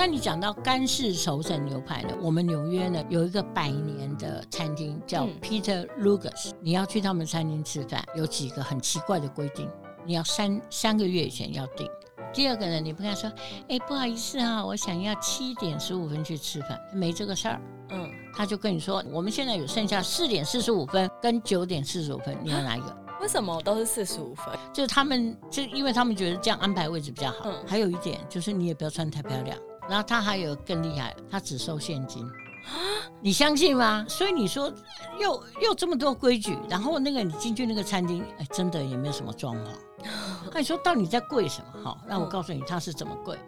那你讲到干式熟成牛排呢，我们纽约呢有一个100年的餐厅叫 Peter Luger's，你要去他们餐厅吃饭，有几个很奇怪的规定，你要三个月以前要订。第二个呢，你不跟他说，不好意思啊，我想要7点15分去吃饭，没这个事儿。他就跟你说，我们现在有剩下4点45分跟9点45分，你要哪一个？ 为什么都是45分？ 就是他们因为他们觉得这样安排位置比较好。还有一点就是你也不要穿太漂亮，然后他还有更厉害，他只收现金。你相信吗？所以你说又这么多规矩，然后那个你进去那个餐厅，真的也没有什么装潢。那你说到底在贵什么？好，让我告诉你它是怎么贵。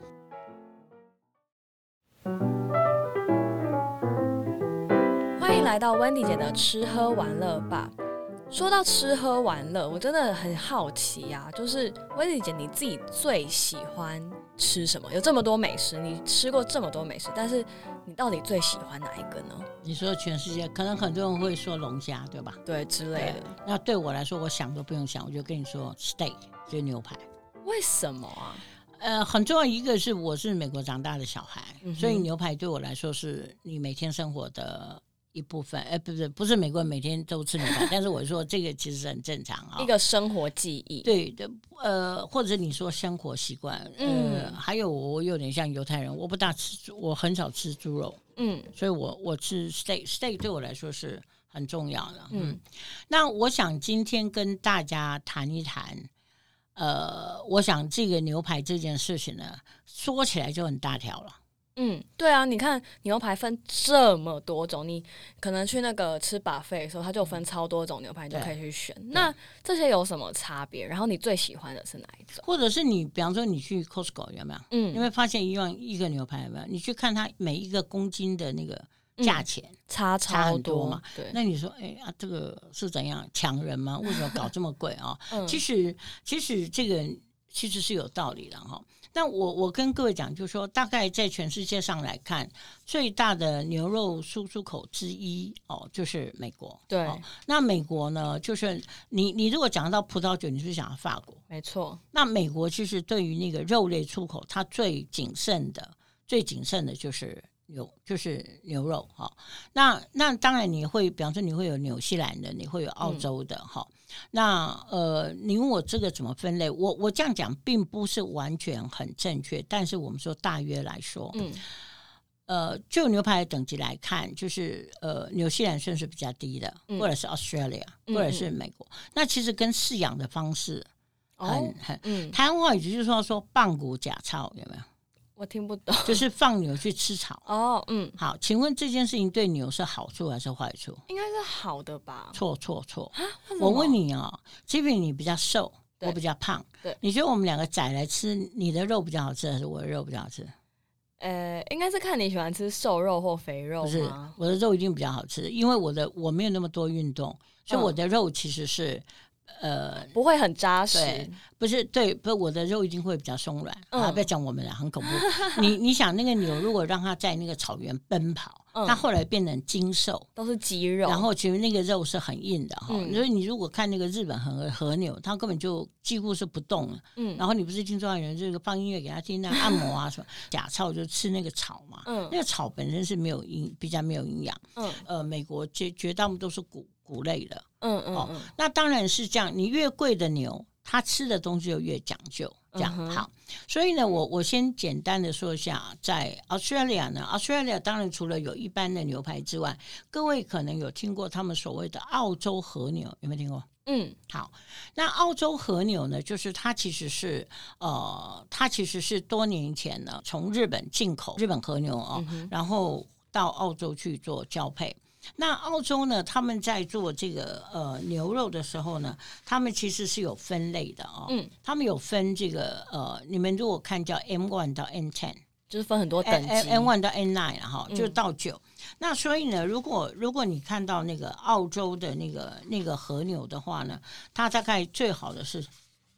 欢迎来到温迪姐的吃喝玩乐吧。说到吃喝玩乐，我真的很好奇啊，就是温迪姐你自己最喜欢吃什么？有这么多美食，你吃过这么多美食，但是你到底最喜欢哪一个呢？ 你说全世界，可能很多人会说龙虾，对吧？ 对，之类的。 那对我来说，我想都不用想，我就跟你说 steak， 就是牛排。 为什么啊？ 很重要一个是我是美国长大的小孩，所以牛排对我来说是你每天生活的一部分。不是美国人每天都吃牛排，但是我说这个其实是很正常啊， 一个生活记忆。 对的，或者你说生活习惯，还有我有点像犹太人，我很少吃猪肉，所以我吃 steak 对我来说是很重要的。那我想今天跟大家谈一谈。我想这个牛排这件事情呢，说起来就很大条了。 对啊，你看牛排分这么多种，你可能去那个吃 buffet 的时候，它就分超多种牛排，你就可以去选。那这些有什么差别？然后你最喜欢的是哪一种？或者是你，比方说你去 Costco 有没有？你会发现一个牛排有没有？你去看它每一个公斤的那个价钱差很多嘛？ 对， 那你说，这个是怎样强人吗？为什么搞这么贵啊？其实这个其实是有道理的哈。但我跟各位讲，就是说，大概在全世界上来看，最大的牛肉输出口之一就是美国。 对， 那美国呢，就是你如果讲到葡萄酒，你是想到法国， 没错。 那美国其实对于那个肉类出口，它最谨慎的就是牛肉哈。那当然你会，比方说你会有纽西兰的，你会有澳洲的哈。那你问我这个怎么分类？我这样讲并不是完全很正确，但是我们说大约来说，就牛排的等级来看，就是纽西兰算是比较低的，或者是 Australia，或者是美国。那其实跟饲养的方式台湾话语就是说棒骨假草有没有？ 我听不懂， 就是放牛去吃草。好，请问这件事情对牛是好处还是坏处？ 应该是好的吧？ 错。我问你这边你比较瘦，我比较胖， 对， 你觉得我们两个宰来吃，你的肉比较好吃还是我的肉比较好吃？ 应该是看你喜欢吃瘦肉或肥肉吗？ 不是，我的肉一定比较好吃，因为我没有那么多运动，所以我的肉其实是。 不会很扎实， 不是，我的肉一定会比较松软不要讲我们了，很恐怖。你想那个牛，如果让它在那个草原奔跑，它后来变成精瘦， 都是肌肉， 然后其实那个肉是很硬的所以你如果看那个日本和牛，它根本就几乎是不动了。然后你不是听说有人这个放音乐给他听按摩啊什么，假草就吃那个草嘛，那个草本身是比较没有营养。美国绝大部分都是谷类的。那当然是这样，你越贵的牛，它吃的东西就越讲究，这样好。所以呢，我先简单的说一下，在 Australia 呢 ，Australia 当然除了有一般的牛排之外，各位可能有听过他们所谓的澳洲和牛，有没有听过？好，那澳洲和牛呢，就是它其实是多年前呢，从日本进口日本和牛然后到澳洲去做交配。那澳洲呢，他们在做这个牛肉的时候呢，他们其实是有分类的他们有分这个你们如果看叫 M1 到 M10， 就是分很多等级 ，M1 到 M9 就到9。那所以呢，如果你看到那个澳洲的那个和牛的话呢，它大概最好的是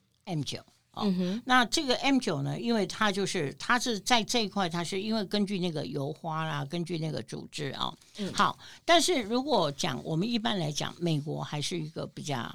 M9。那这个 M9 呢，因为它是在这一块，它是因为根据那个油花啦，根据那个组织好。但是如果我们一般来讲，美国还是一个比较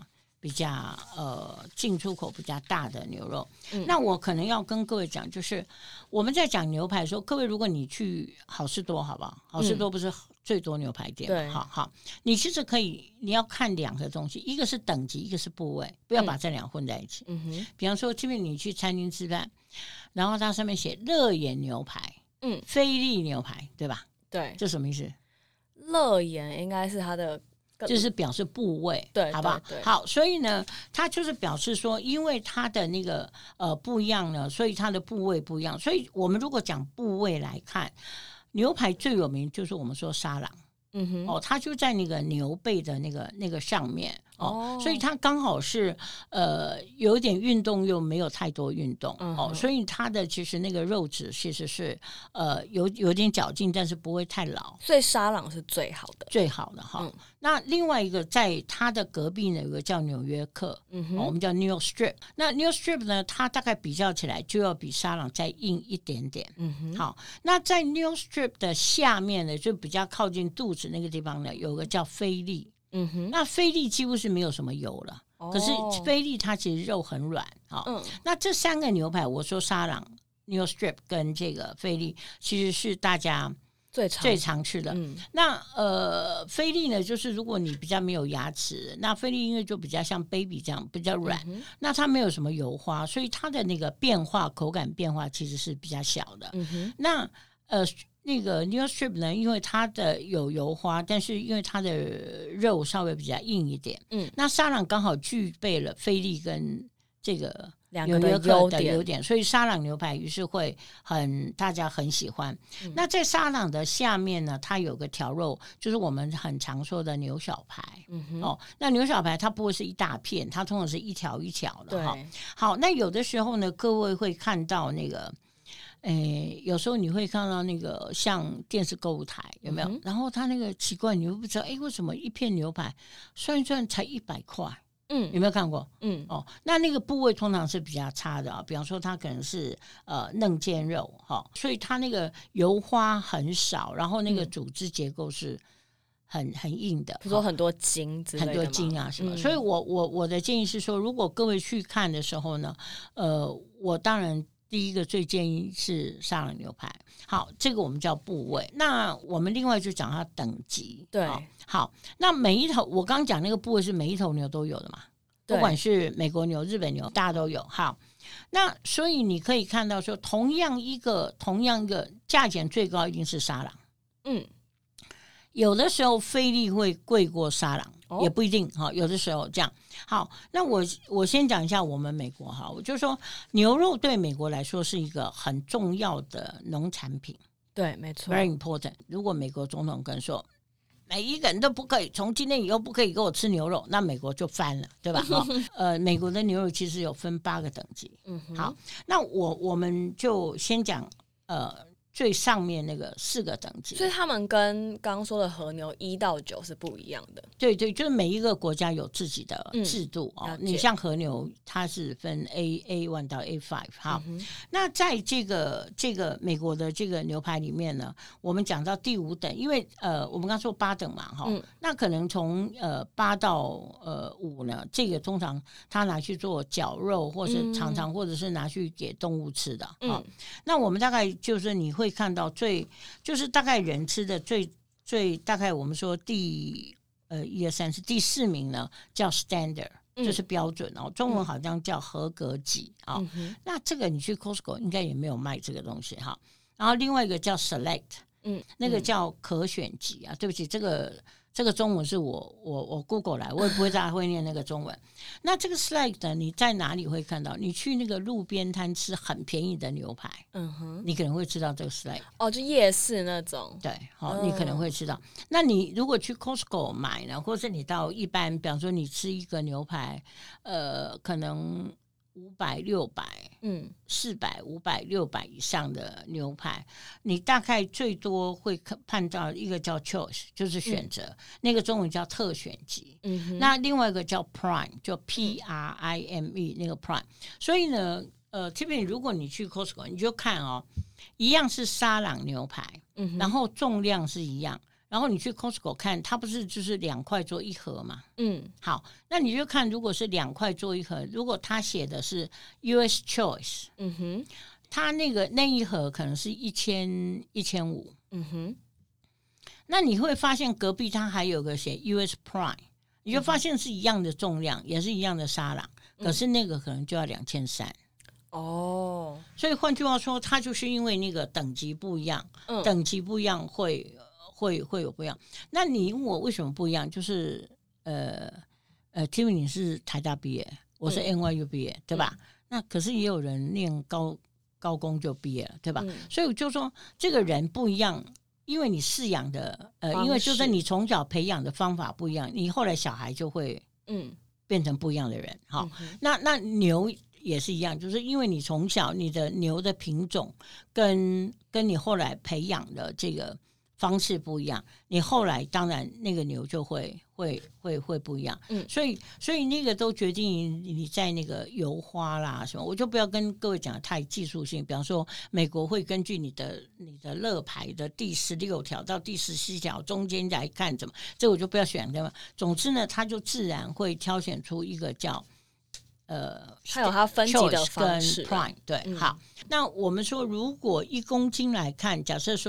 比较进出口比较大的牛肉。那我可能要跟各位讲，就是我们在讲牛排的时候，各位如果你去好事多，好不好？好事多不是最多牛排店？ 对， 好，你其实可以，你要看两个东西，一个是等级，一个是部位，不要把这两个混在一起。比方说，这边你去餐厅吃饭，然后它上面写乐眼牛排，菲力牛排，对吧？ 对， 这什么意思？ 乐眼应该是它的。 就是表示部位， 对， 好不好？好，所以呢，它就是表示说，因为它的那个不一样呢，所以它的部位不一样。所以我们如果讲部位来看，牛排最有名就是我们说沙朗，它就在那个牛背的那个上面。所以它刚好是有点运动又没有太多运动，所以它的其实那个肉质其实是有点嚼劲，但是不会太老， 所以沙朗是最好的哈。那另外一个在它的隔壁呢有个叫纽约客，我们叫 New York Strip。那 New York Strip 呢，它大概比较起来就要比沙朗再硬一点点。好，那在 New York Strip 的下面呢，就比较靠近肚子那个地方呢，有个叫菲力。那菲力几乎是没有什么油了，可是菲力它其实肉很软。那这三个牛排，我说沙朗、New Strip 跟这个菲力，其实是大家最常吃的。那菲力呢，就是如果你比较没有牙齿，那菲力因为就比较像 baby 这样比较软，那它没有什么油花，所以它的那个变化口感变化其实是比较小的。那那个 New Strip 呢，因为它的有油花，但是因为它的肉稍微比较硬一点，那沙朗刚好具备了菲力跟这个纽约客的优点，所以沙朗牛排于是会大家很喜欢。那在沙朗的下面呢，它有个条肉，就是我们很常说的牛小排。那牛小排它不会是一大片，它通常是一条一条的。好，那有的时候呢，各位会看到那个。有时候你会看到那个像电视购物台有没有？然后它那个奇怪，你又不知道，为什么一片牛排算一算才100块？有没有看过？那个部位通常是比较差的比方说它可能是嫩腱肉所以它那个油花很少，然后那个组织结构是很硬的， 比如说很多筋之类的， 很多筋啊什么。所以我的建议是说，如果各位去看的时候呢，我当然。第一个最建议是沙朗牛排，好，这个我们叫部位。那我们另外就讲它等级， 对， 好，那每一头我刚刚讲那个部位是每一头牛都有的嘛，不管是美国牛、日本牛，大家都有。好，那所以你可以看到说，同样一个价钱最高一定是沙朗，有的时候菲力会贵过沙朗，也不一定有的时候这样。好，那我先讲一下我们美国我就说牛肉对美国来说是一个很重要的农产品， 对，没错 ，very important。如果美国总统跟说每一个人都不可以，从今天以后不可以给我吃牛肉，那美国就翻了，对吧？美国的牛肉其实有分8个等级。好，那我们就先讲最上面那个4个等级， 所以他们跟刚刚说的和牛1到9是不一样的。 对，就是每一个国家有自己的制度你像和牛，它是分 A1 到 A5。好，那在这个美国的这个牛排里面呢，我们讲到第5等，因为我们刚说8等嘛那可能从8到5呢，这个通常他拿去做绞肉，或是常常或者是拿去给动物吃的。那我们大概就是你会看到就是大概人吃的最大概我们说第1、2、3是第4名呢，叫 standard， 就是标准中文好像叫合格级那这个你去 Costco 应该也没有卖这个东西然后另外一个叫 select，那个叫可选级对不起，这个中文是我 Google 来，我也不会大家会念那个中文。那这个 select 呢，你在哪里会看到？你去那个路边摊吃很便宜的牛排，你可能会吃到这个 select。 就夜市那种。对， 你可能会吃到。那你如果去 Costco 买呢，或是你到一般，比方说你吃一个牛排，可能500、600、400、500、600以上的牛排，你大概最多会看到一个叫 choice， 就是选择，那个中文叫特选级。那另外一个叫 prime， 就 PRIME 那个 prime。所以呢，这边如果你去 Costco， 你就看一样是沙朗牛排，然后重量是一样。 然后你去 Costco 看，它不是就是2块做一盒嘛？好，那你就看，如果是2块做一盒，如果他写的是 US Choice，他那一盒可能是1500，那你会发现隔壁它还有个写 US Prime， 你就发现是一样的重量，也是一样的沙朗，可是那个可能就要2300。所以换句话说，它就是因为那个等级不一样，等级不一样会有不一样。那你问我为什么不一样？就是Timmy 你是台大毕业，我是 NYU 毕业，对吧？那可是也有人念高工就毕业了，对吧？所以我就说这个人不一样。因为你饲养的因为就是你从小培养的方法不一样，你后来小孩就会变成不一样的人。好，那牛也是一样，就是因为你从小你的牛的品种跟你后来培养的这个方式不一样，你后来当然那个牛就会不一样。所以那个都决定你在那个油花啦什么，我就不要跟各位讲太技术性。比方说美国会根据你的勒牌的第16条到第14条中间来看怎么，这我就不要选对吗？总之呢，它就自然会挑选出一个叫还有它分级的方式。 Prime 对，好，那我们说如果1公斤来看，假设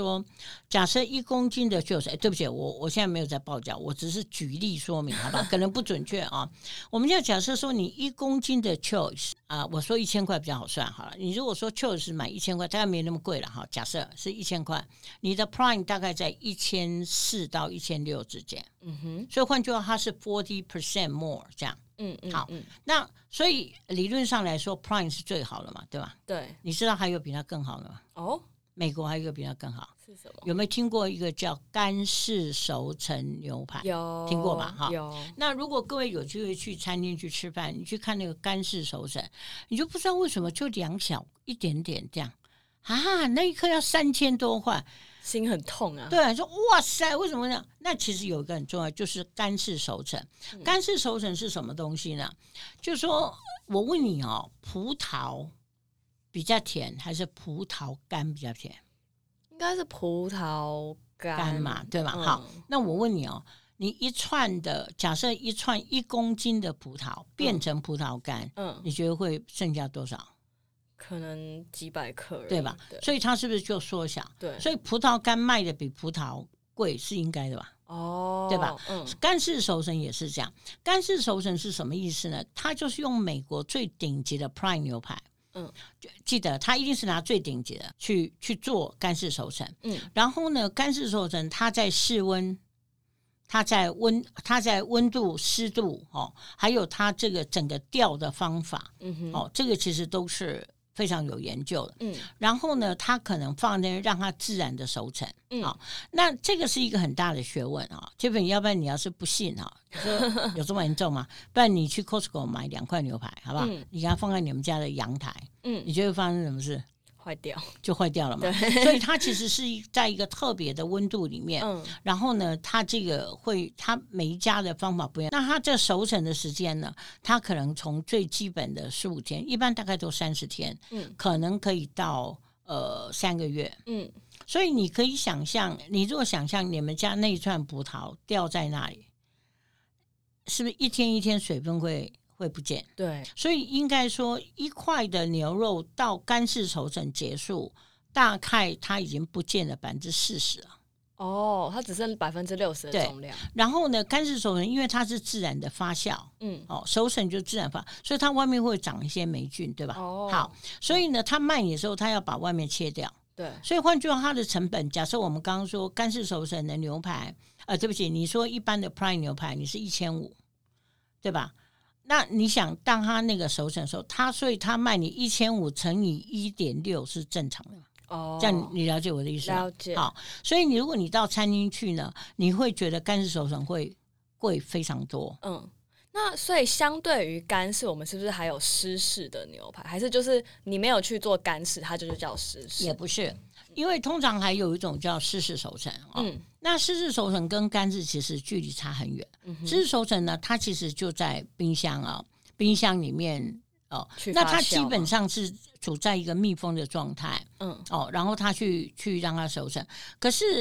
1公斤的 Choice， 对不起，我现在没有在报价，我只是举例说明，好吧？可能不准确啊。我们要假设说你1公斤的 Choice 我说1000块比较好算好了。你如果说 Choice 买1000块，大概没那么贵了哈。假设是1000块，你的 Prime 大概在1400到1600之间。所以换句话，它是 40% more 这样。好，那所以理论上来说 Prime 是最好的嘛，对吧？ 对， 你知道还有比它更好的吗？美国还有一个比它更好， 是什么？ 有没有听过一个叫干式熟成牛排？ 有， 听过吧？ 有。 那如果各位有机会去餐厅去吃饭，你去看那个干式熟成，你就不知道为什么就2小一点点这样那一颗要3000多块。 心很痛啊！ 对，说哇塞，为什么呢？那其实有一个很重要，就是干式熟成。干式熟成是什么东西呢？就是说我问你葡萄比较甜还是葡萄干比较甜？ 应该是葡萄干嘛，对吧？好，那我问你你假设一串1公斤的葡萄变成葡萄干，你觉得会剩下多少？ 可能几百克而已， 对吧？所以它是不是就缩小？ 对， 所以葡萄干卖的比葡萄贵是应该的吧？对吧？干式熟成也是这样。干式熟成是什么意思呢？它就是用美国最顶级的 Prime 牛排，记得它一定是拿最顶级的去做干式熟成。然后呢，干式熟成它在室温。它在温度、湿度还有它这个整个调的方法，这个其实都是非常有研究的。然后呢，它可能放在让它自然的熟成。那这个是一个很大的学问基本要不然你要是不信说有这么严重吗？不然你去 Costco 买2块牛排，好不好？你给它放在你们家的阳台，你觉得发生什么事？就坏掉了嘛。所以它其实是在一个特别的温度里面，然后呢，它这个它每一家的方法不一样。那它这熟成的时间呢，它可能从最基本的15天，一般大概都30天，可能可以到3个月。所以你可以想象，你如果想象你们家那一串葡萄掉在那里，是不是一天一天水分会不见？ 对， 所以应该说1块的牛肉到干式熟成结束，大概它已经不见了40%了。 它只剩60%的重量。 然后呢，干式熟成因为它是自然的发酵，熟成就自然发，所以它外面会长一些霉菌，对吧？好，所以呢，它卖你的时候，它要把外面切掉。 对， 所以换句话，它的成本，假设我们刚刚说干式熟成的牛排，对不起，你说一般的 Prime 牛排，你是1500，对吧？那你想，当它那个熟成的时候，所以它卖你1500乘以 1.6 是正常的嘛？这样你了解我的意思吗？ 了解。 好，所以如果你到餐厅去呢，你会觉得干式熟成会贵非常多。 那所以相对于干式，我们是不是还有湿式的牛排？还是就是你没有去做干式，它就是叫湿式？ 也不是，因为通常还有一种叫湿式熟成。那湿式熟成跟干式其实距离差很远。湿式熟成呢，它其实就在冰箱里面那它基本上是处在一个密封的状态。然后它去让它熟成。可是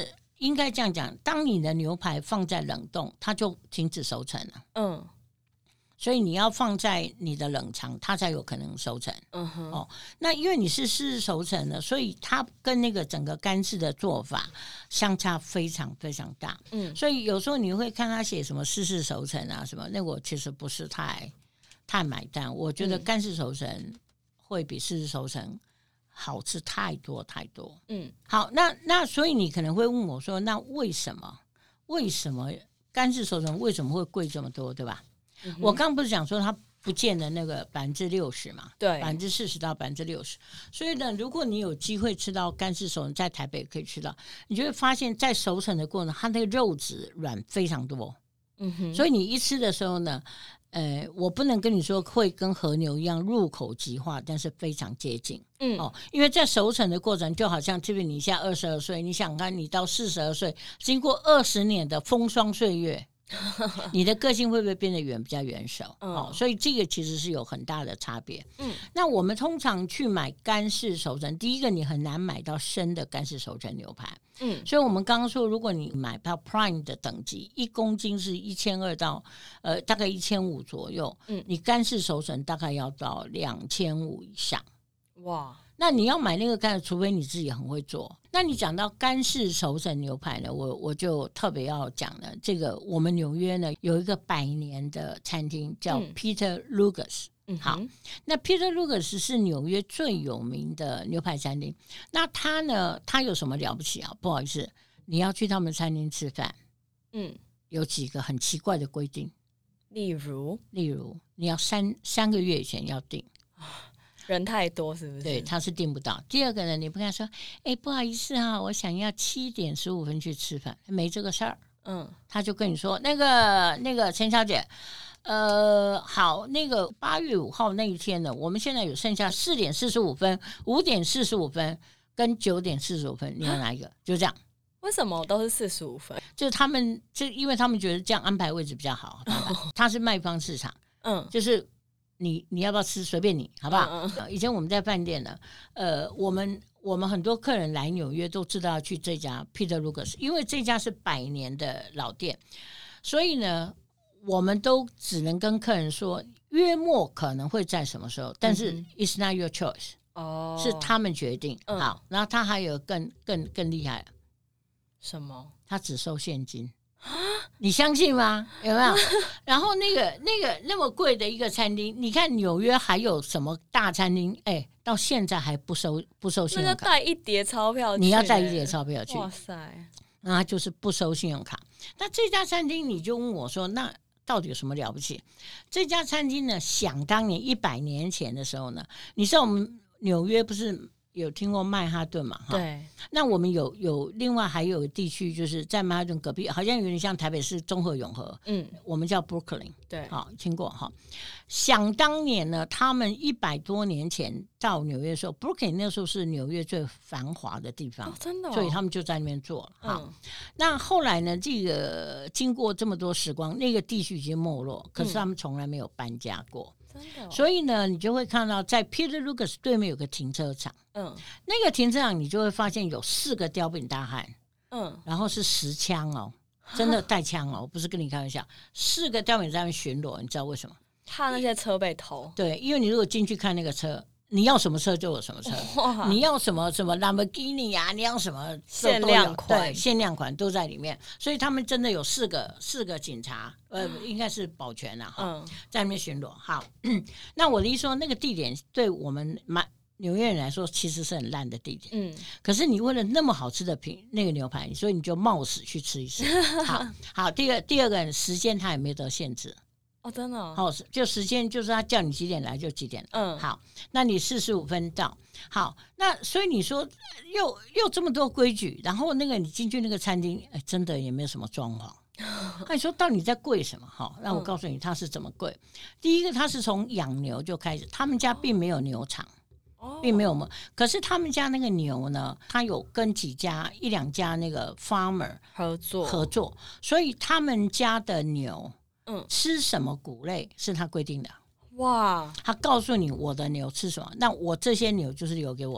应该这样讲，当你的牛排放在冷冻，它就停止熟成了。所以你要放在你的冷藏，它才有可能熟成。那因为你是湿式熟成的，所以它跟那个整个干式的做法相差非常非常大。所以有时候你会看他写什么湿式熟成啊什么，那我其实不是太买单。我觉得干式熟成会比湿式熟成好吃太多太多。好，那所以你可能会问我说，那为什么干式熟成为什么会贵这么多，对吧？我刚不是讲说它不见得那个60%嘛，对，40%到60%。所以呢，如果你有机会吃到干式熟成，在台北可以吃到，你就会发现在熟成的过程，它那个肉质软非常多。所以你一吃的时候呢，我不能跟你说会跟和牛一样入口即化，但是非常接近。因为在熟成的过程，就好像这边你现在22岁，你想看你到42岁，经过20年的风霜岁月。你的个性会不会变得比较圆熟？所以这个其实是有很大的差别。那我们通常去买干式熟成，第一个你很难买到生的干式熟成牛排。所以我们刚刚说，如果你买到 Prime 的等级，1公斤是1200到大概1500左右。你干式熟成大概要到2500以上。哇！那你要买那个干，除非你自己很会做。那你讲到干式熟成牛排呢，我就特别要讲了。这个我们纽约呢有一个100年的餐厅叫 Peter Luger's。好，那 Peter Luger's 是纽约最有名的牛排餐厅。那他呢，他有什么了不起啊？不好意思，你要去他们餐厅吃饭，有几个很奇怪的规定。例如你要三个月以前要订。 人太多是不是？ 对，他是订不到。第二个呢，你不跟他说，不好意思啊，我想要7点15分去吃饭，没这个事儿。他就跟你说，那个陈小姐，好，那个8月5号那一天呢，我们现在有剩下4点45分、5点45分跟9点45分，你要哪一个？就这样。 为什么都是45分？ 就是他们，就因为他们觉得这样安排位置比较好。他是卖方市场，就是你要不要吃随便你，好不好？以前我们在饭店呢，我们很多客人来纽约都知道要去这家 Peter Luger's， 因为这家是100年的老店，所以呢，我们都只能跟客人说约莫可能会在什么时候，但是 it's not your choice，是他们决定。好，然后他还有更厉害， 什么？ 他只收现金。你相信吗？有没有？然后那个那么贵的一个餐厅，你看纽约还有什么大餐厅？到现在还不收信用卡， 那就带一叠钞票去。 你要带一叠钞票去。 哇塞！ 那就是不收信用卡。那这家餐厅你就问我说，那到底有什么了不起？这家餐厅呢，想当年100年前的时候呢，你知道我们纽约不是有听过曼哈顿嘛？ 对。 那我们有另外还有个地区，就是在曼哈顿隔壁，好像有点像台北市中和永和，我们叫 Brooklyn， 对， 好，听过哈。想当年呢，他们100多年前到纽约的时候 ，Brooklyn 那时候是纽约最繁华的地方， 真的， 所以他们就在那边做。好，那后来呢，这个经过这么多时光，那个地区已经没落，可是他们从来没有搬家过。所以呢，你就会看到在 Peter Luger's 对面有个停车场，那个停车场你就会发现有4个刁兵大汉，然后是10枪哦，真的带枪哦，不是跟你开玩笑，4个刁兵在那边巡逻，你知道为什么？ 怕那些车被偷。 对，因为你如果进去看那个车，你要什么车就有什么车，你要什么 Lamborghini 啊，你要什么限量款， 对，限量款都在里面。所以他们真的有4个警察，应该是保全啦，在那边巡逻。好，那我的意思说，那个地点对我们纽约人来说其实是很烂的地点，可是你为了那么好吃的那个牛排，所以你就冒死去吃一次。好，第二个时间它也没得限制。 真的好，就时间就是他叫你几点来就几点。好，那你45分到。好，那所以你说又这么多规矩，然后那个你进去那个餐厅，真的也没有什么装潢。那你说到底在贵什么？好，那我告诉你它是怎么贵。第一个，它是从养牛就开始，他们家并没有牛场，并没有。可是他们家那个牛呢，他有跟1、2家那个 farmer 合作，所以他们家的牛。吃什么谷类是他规定的。哇，他告诉你我的牛吃什么，那我这些牛就是留给我的。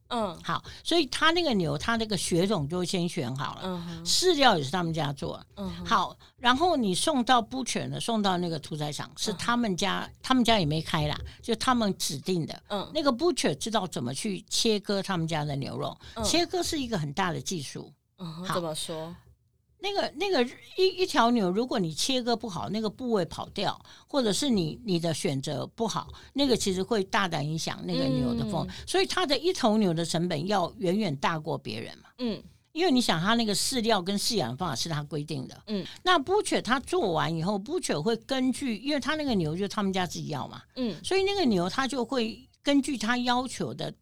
好，所以他那个牛，他那个血种就先选好了，饲料也是他们家做的，好，然后你送到butcher呢，送到那个屠宰场，是他们家也没开啦，就他们指定的，那个butcher知道怎么去切割他们家的牛肉，切割是一个很大的技术， 怎么说？ 那个一条牛，如果你切割不好，那个部位跑掉，或者是你的选择不好，那个其实会大胆影响那个牛的风，所以它的一头牛的成本要远远大过别人嘛。因为你想，它那个饲料跟饲养方法是他规定的。那butcher他做完以后，butcher会根据，因为他那个牛就是他们家自己要嘛，所以那个牛他就会根据他要求的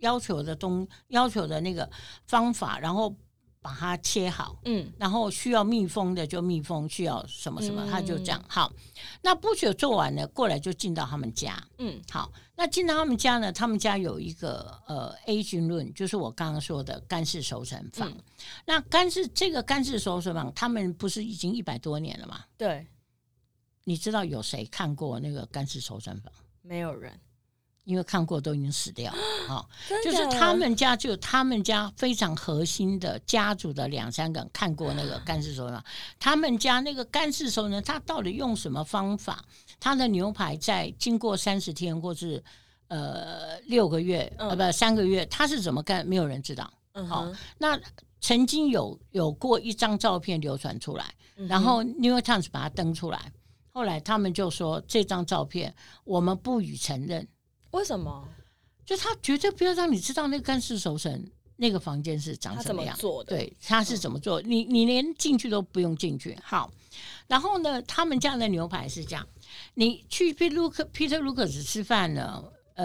那个方法，然后把它切好，然后需要密封的就密封，需要什么什么，他就这样。好，那butcher做完了，过来就进到他们家。好，那进到他们家呢，他们家有一个aging room，就是我刚刚说的干式熟成坊。那这个干式熟成坊，他们不是已经100多年了吗？ 对， 你知道有谁看过那个干式熟成坊？ 没有人。 因为看过都已经死掉了，就是他们家非常核心的家族的2-3个人看过那个干式熟成，他们家那个干式熟成，他到底用什么方法？他的牛排在经过30天或是6个月不3个月，他是怎么干？没有人知道。那曾经有过一张照片流传出来，然后 New York Times 把它登出来，后来他们就说这张照片我们不予承认。 为什么？ 就他绝对不要让你知道那个干式熟成那个房间是长什么样， 他怎么做的？ 对，他是怎么做？你连进去都不用进去。好，然后呢，他们家的牛排是这样：你去 Peter Lucas 吃饭呢，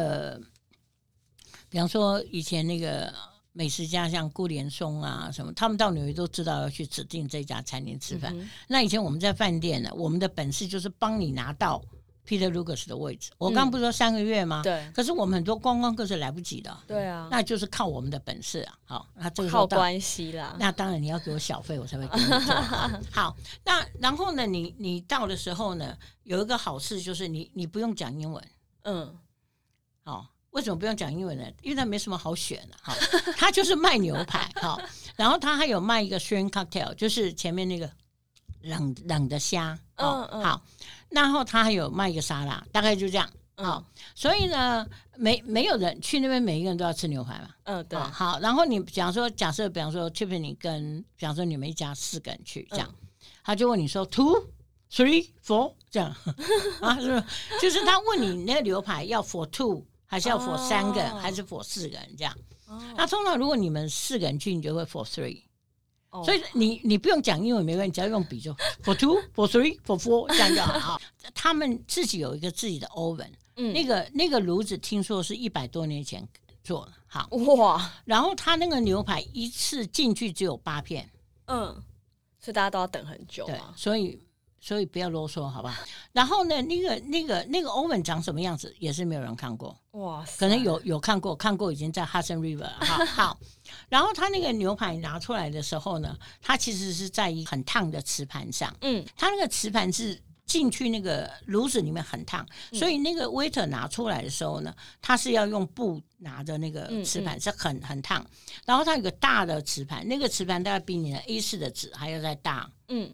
比方说以前那个美食家像顾连松啊什么，他们到纽约都知道要去指定这家餐厅吃饭。那以前我们在饭店呢，我们的本事就是帮你拿到Peter Lucas 的位置。我刚不是说3个月吗？ 对。 可是我们很多观光客是来不及的。 对啊。 那就是靠我们的本事啊。好，那这个靠关系啦。 那当然你要给我小费，我才会给你做。好，那然后呢，你到的时候呢，有一个好事就是你不用讲英文。好，为什么不用讲英文呢？因为它没什么好选的。好，它就是卖牛排。好，然后它还有卖一个 shrimp cocktail， 就是前面那个冷的虾。好。然后他还有卖一个沙拉，大概就这样。好，所以呢，没有人去那边，每一个人都要吃牛排嘛。 对。 好，然后你假设，比方说 Tiffany 跟，比方说你们一家4个人去，这样，他就问你说 2, 3, 4这样啊，是不是？就是他问你那个牛排要 for 2，还是要 for 3个人，还是 for 4个人这样？那通常如果你们4个人去，你就会 for 3。所以你不用讲英文没关系，只要用笔就 for 2, for 3, for 4这样就好。他们自己有一个自己的 oven，那个炉子听说是100多年前做的。好哇， 然后他那个牛排一次进去只有8片， 所以大家都要等很久。 对，所以不要啰嗦，好吧？然后呢，那个 oven 长什么样子也是没有人看过。哇塞，可能有看过已经在 Hudson River 了。好，然后他那个牛排拿出来的时候呢，它其实是在一个很烫的瓷盘上。它那个瓷盘是进去那个炉子里面很烫，所以那个 waiter 拿出来的时候呢，他是要用布拿着那个瓷盘，是很烫。然后它有个大的瓷盘，那个瓷盘大概比你的 A4 的纸还要再大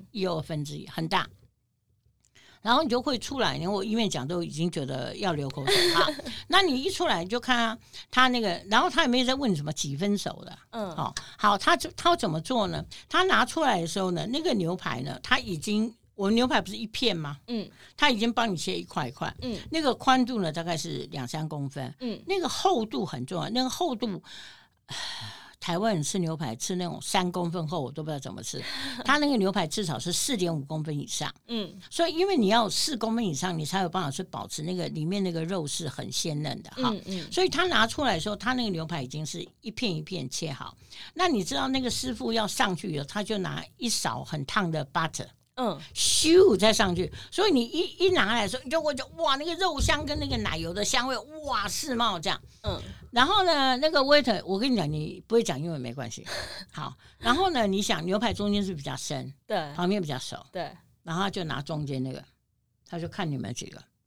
1/2，很大。然后你就会出来，因为我一面讲都已经觉得要流口水哈。那你一出来就看他那个，然后他也没有在问什么几分熟的。好，他怎么做呢？他拿出来的时候呢，那个牛排呢，我们牛排不是一片吗？他已经帮你切一块一块。那个宽度呢大概是2-3公分。那个厚度很重要，那个厚度。台湾人吃牛排吃那种3公分厚，我都不知道怎么吃。他那个牛排至少是4.5公分以上。所以因为你要4公分以上，你才有办法去保持那个里面那个肉是很鲜嫩的。所以他拿出来的时候，他那个牛排已经是一片一片切好。那你知道那个师傅要上去的，他就拿一勺很烫的 butter。咻再上去，所以你一拿来的时候，你就会觉得哇，那个肉香跟那个奶油的香味，哇，世冒这样。然后呢，那个 waiter， 我跟你讲，你不会讲英文没关系。好，然后呢，你想牛排中间是比较深， 对， 旁边比较熟， 对， 然后他就拿中间那个，他就看你们几个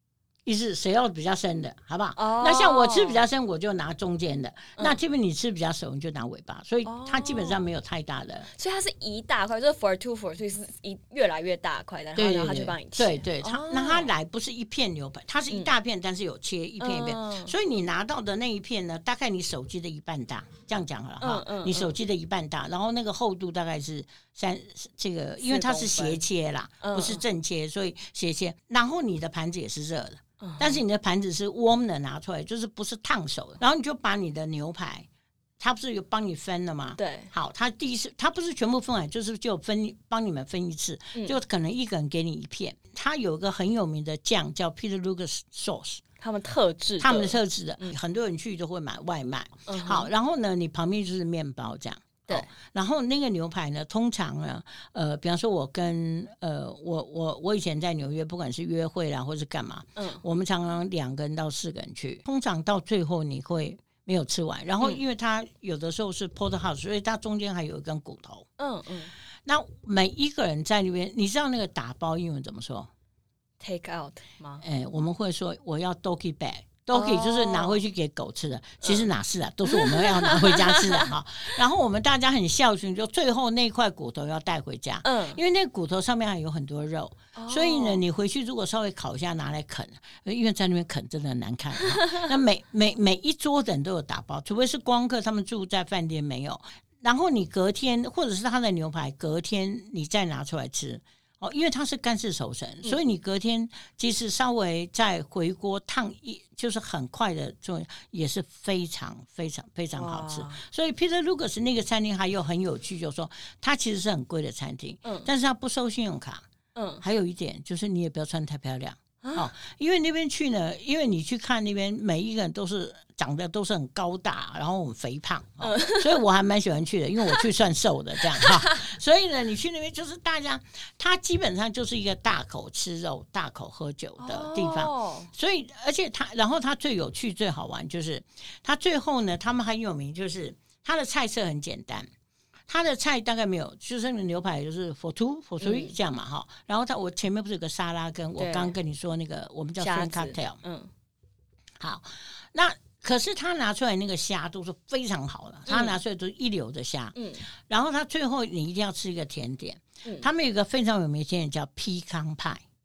意思谁要比较深的，好不好？那像我吃比较深，我就拿中间的；那这边你吃比较熟，你就拿尾巴。所以它基本上没有太大的， 所以它是一大块，就是 for two 是越来越大块的，然后它就帮你切。 对，那它来不是一片牛排，它是一大片，但是有切一片一片，所以你拿到的那一片呢，大概你手机的一半大，这样讲好了哈。你手机的一半大，然后那个厚度大概是这个，因为它是斜切啦，不是正切，所以斜切。然后你的盘子也是热的。但是你的盘子是 warm 的拿出来，就是不是烫手的，然后你就把你的牛排，它不是有帮你分了吗？ 对， 好，它第一次它不是全部分完，就是就帮你们分一次，就可能一个人给你一片。它有一个很有名的酱叫 Peter Luger's Sauce， 他们的特制的，很多人去都会买外卖。好，然后呢，你旁边就是面包这样。 对， 然后那个牛排呢，通常呢，比方说我跟我以前在纽约，不管是约会啦或是干嘛，我们常常2个人到4个人去，通常到最后你会没有吃完，然后因为它有的时候是 porterhouse， 所以它中间还有一根骨头，那每一个人在那边，你知道那个打包英文怎么说 ？Take out 吗？ 我们会说我要 doggy bag。Doggy 就是拿回去给狗吃的，其实哪是啊，都是我们要拿回家吃的哈。然后我们大家很孝顺，就最后那块骨头要带回家，因为那个骨头上面还有很多肉，所以呢，你回去如果稍微烤一下拿来啃，因为在那边啃真的很难看。那每一桌的人都有打包，除非是光客，他们住在饭店没有。然后你隔天或者是他的牛排，隔天你再拿出来吃。因为它是干式熟成，所以你隔天即使稍微再回锅烫就是很快的做，也是非常非常非常好吃。所以 Peter Luger's 那个餐厅还有很有趣，就是说它其实是很贵的餐厅，但是它不收信用卡。还有一点就是你也不要穿太漂亮。因为那边去呢，因为你去看那边每一个人都是长得都是很高大，然后很肥胖，所以我还蛮喜欢去的，因为我去算瘦的这样哈。所以呢，你去那边就是大家，它基本上就是一个大口吃肉、大口喝酒的地方。所以，而且然后它最有趣、最好玩就是它最后呢，他们很有名，就是它的菜色很简单。他的菜大概没有，就是那个牛排就是 for two for three 这样嘛哈。然后我前面不是有个沙拉，跟我刚刚跟你说那个我们叫 French cocktail。好，那可是他拿出来那个虾都是非常好的，他拿出来都是一流的虾。然后他最后你一定要吃一个甜点，他们有一个非常有名的甜点叫 pecan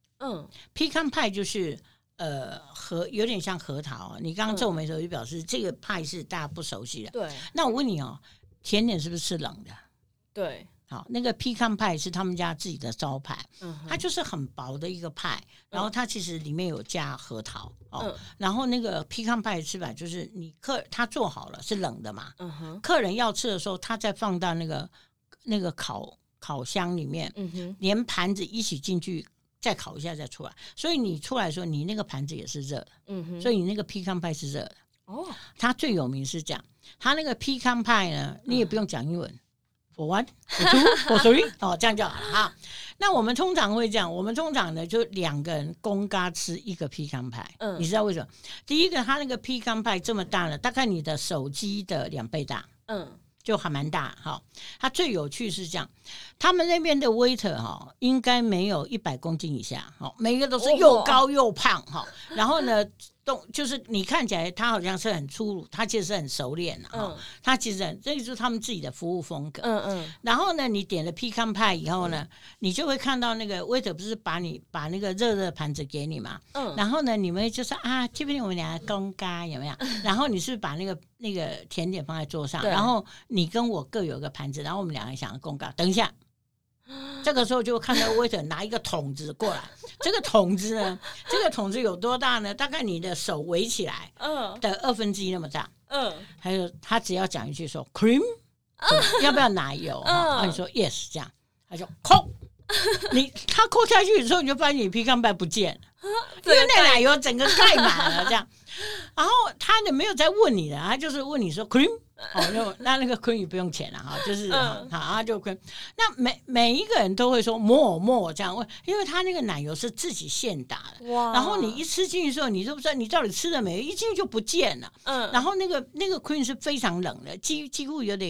pie。pecan pie 就是有点像核桃。你刚刚皱眉头就表示这个派是大家不熟悉的。 对。 那我问你甜点是不是吃冷的？ 对， 好，那个 pecan pie 是他们家自己的招牌，它就是很薄的一个派，然后它其实里面有加核桃然后那个 pecan pie 吃法就是他做好了是冷的嘛，客人要吃的时候，他再放到那个烤箱里面，连盘子一起进去。再烤一下再出来，所以你出来的时候，你那个盘子也是热的，所以你那个 pecan pie 是热的。它最有名是这样，它那个 pecan pie 呢，你也不用讲英文，for one for two for three 这样就好了哈。那我们通常会这样，我们通常呢就2个人公嘎吃一个 pecan pie，你知道为什么？第一个，它那个 pecan pie 这么大了，大概你的手机的2倍大，就还蛮大哈。它最有趣是这样，他们那边的 waiter 应该没有100公斤以下，每一个都是又高又胖然后呢就是你看起来他好像是很粗鲁，他其实是很熟练他其实这就是他们自己的服务风格。然后呢，你点了 pecan pie 以后呢，你就会看到那个 waiter 不是把那个热热盘子给你嘛，然后呢，你们就说这边我们俩公嘎有没有？然后你是把那个甜点放在桌上，然后你跟我各有一个盘子，然后我们2个想要公嘎，等一下。这个时候就看到 waiter 拿一个桶子过来，这个桶子有多大呢？大概你的手围起来的1/2那么大。还有他只要讲一句说 cream，要不要奶油？然后你说 yes， 这样他就扣，他扣下去之后，你就发现你 pecan pie 不见了，因为那奶油整个盖满了这样。然后他也没有再问你的，他就是问你说 cream。那个 cream 不用钱了就是好就 cream。那每一个人都会说 more 这样，因为他那个奶油是自己现打的，然后你一吃进去的时候，你就不知道你到底吃了没，一进去就不见了。然后那个 cream 是非常冷的，几乎有点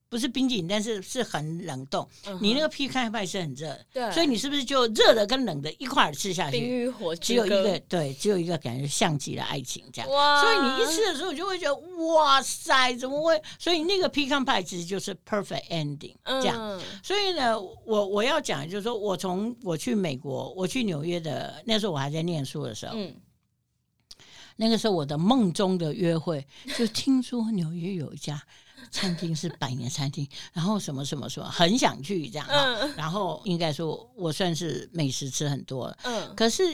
不是冰淇淋，但是是很冷冻。你那个 pecan pie 是很热的， 对， 所以你是不是就热的跟冷的一块儿吃下去？ 冰与火只有一个，对，只有一个感觉像极了爱情这样。 哇！ 所以你一吃的时候，就会觉得哇塞，怎么会？所以那个 pecan pie 其实就是 perfect ending 这样。所以呢，我要讲就是说，我去美国，我去纽约的那时候，我还在念书的时候。那个时候我的梦中的约会，就听说纽约有一家餐厅是100年餐厅，然后什么什么什么，很想去这样。然后应该说我算是美食吃很多了。可是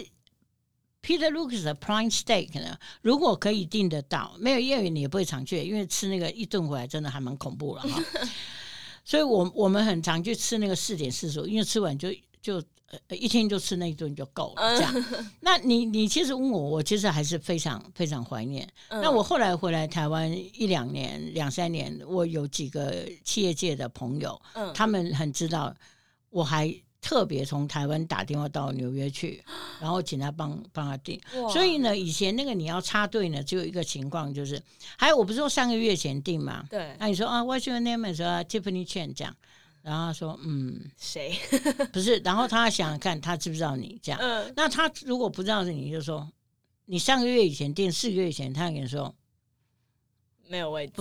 Peter Luger's 的 Prime Steak 呢，如果可以订得到，没有因为你也不会常去，因为吃那个一顿回来真的还蛮恐怖了哈。所以我们很常去吃那个4点45，因为吃完就一天就吃那一顿就够了，这样。那你其实问我其实还是非常非常怀念。那我后来回来台湾1-2年、2-3年，我有几个企业界的朋友，他们很知道，我还特别从台湾打电话到纽约去，然后请他帮他订。所以呢，以前那个你要插队呢，只有一个情况就是，还有我不是说3个月前订吗？ 对。 那你说啊 ，What's your name？ 说 Tiffany Chen 这样。然后他说谁不是，然后他想想看他知不知道你这样。那他如果不知道是你，就说你3个月以前订4个月以前，他跟你说没有位置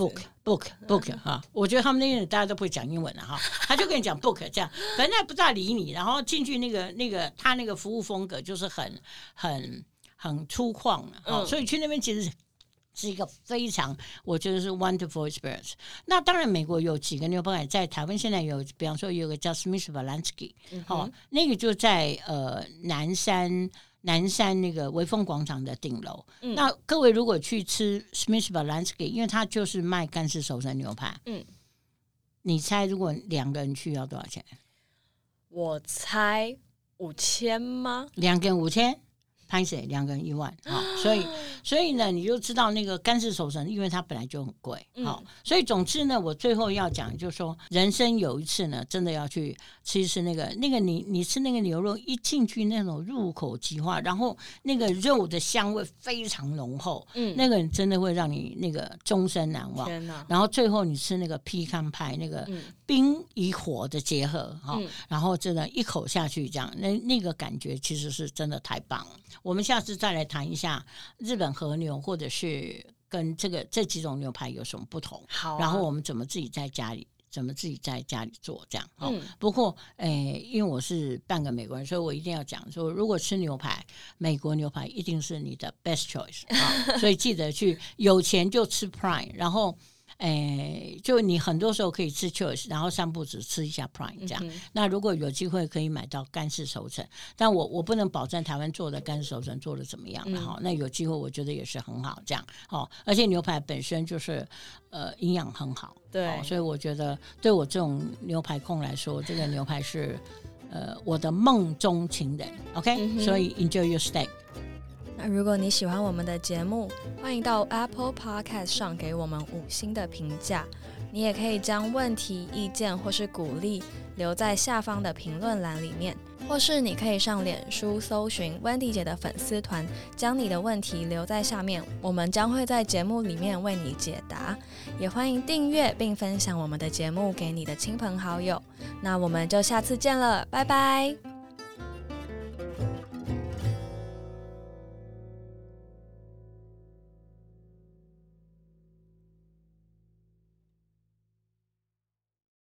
book 哈。我觉得他们那边大家都不会讲英文了哈，他就跟你讲 book 这样，反正他不大理你。然后进去那个他那个服务风格就是很粗犷的，所以去那边其实是一个非常，我觉得是 wonderful experience。那当然，美国有几个牛排，在台湾现在有，比方说有个叫 Smith Wollensky，那个就在南山那个微风广场的顶楼。那各位如果去吃 Smith Wollensky， 因为他就是卖干式熟成牛排，你猜如果2个人去要多少钱？ 我猜5000吗 ？2个人5000。拍谁2个人1万，所以呢，你就知道那个干式熟成，因为它本来就很贵，所以总之呢，我最后要讲就是说，人生有一次呢，真的要去吃一次那个你吃那个牛肉一进去那种入口即化，然后那个肉的香味非常浓厚，那个真的会让你那个终身难忘。然后最后你吃那个pecan pie，那个冰与火的结合，然后真的一口下去这样，那个感觉其实是真的太棒了。我们下次再来谈一下日本和牛，或者是跟这几种牛排有什么不同。 好然后我们怎么自己在家里做这样。不过因为我是半个美国人，所以我一定要讲说，如果吃牛排，美国牛排一定是你的 best choice 所以记得去，有钱就吃 Prime， 然后就你很多时候可以吃 choice， 然后3步只吃一下 Prime 这样。那如果有机会可以买到干式熟成，但我不能保证台湾做的干式熟成做的怎么样那有机会我觉得也是很好这样而且牛排本身就是营养很好， 对所以我觉得对我这种牛排控来说，这个牛排是我的梦中情人 OK，所以 enjoy your steak。 那如果你喜欢我们的节目，欢迎到 Apple Podcast 上给我们5星的评价。你也可以将问题、意见或是鼓励留在下方的评论栏里面，或是你可以上脸书搜寻温迪姐的粉丝团，将你的问题留在下面，我们将会在节目里面为你解答。也欢迎订阅并分享我们的节目给你的亲朋好友。那我们就下次见了，拜拜。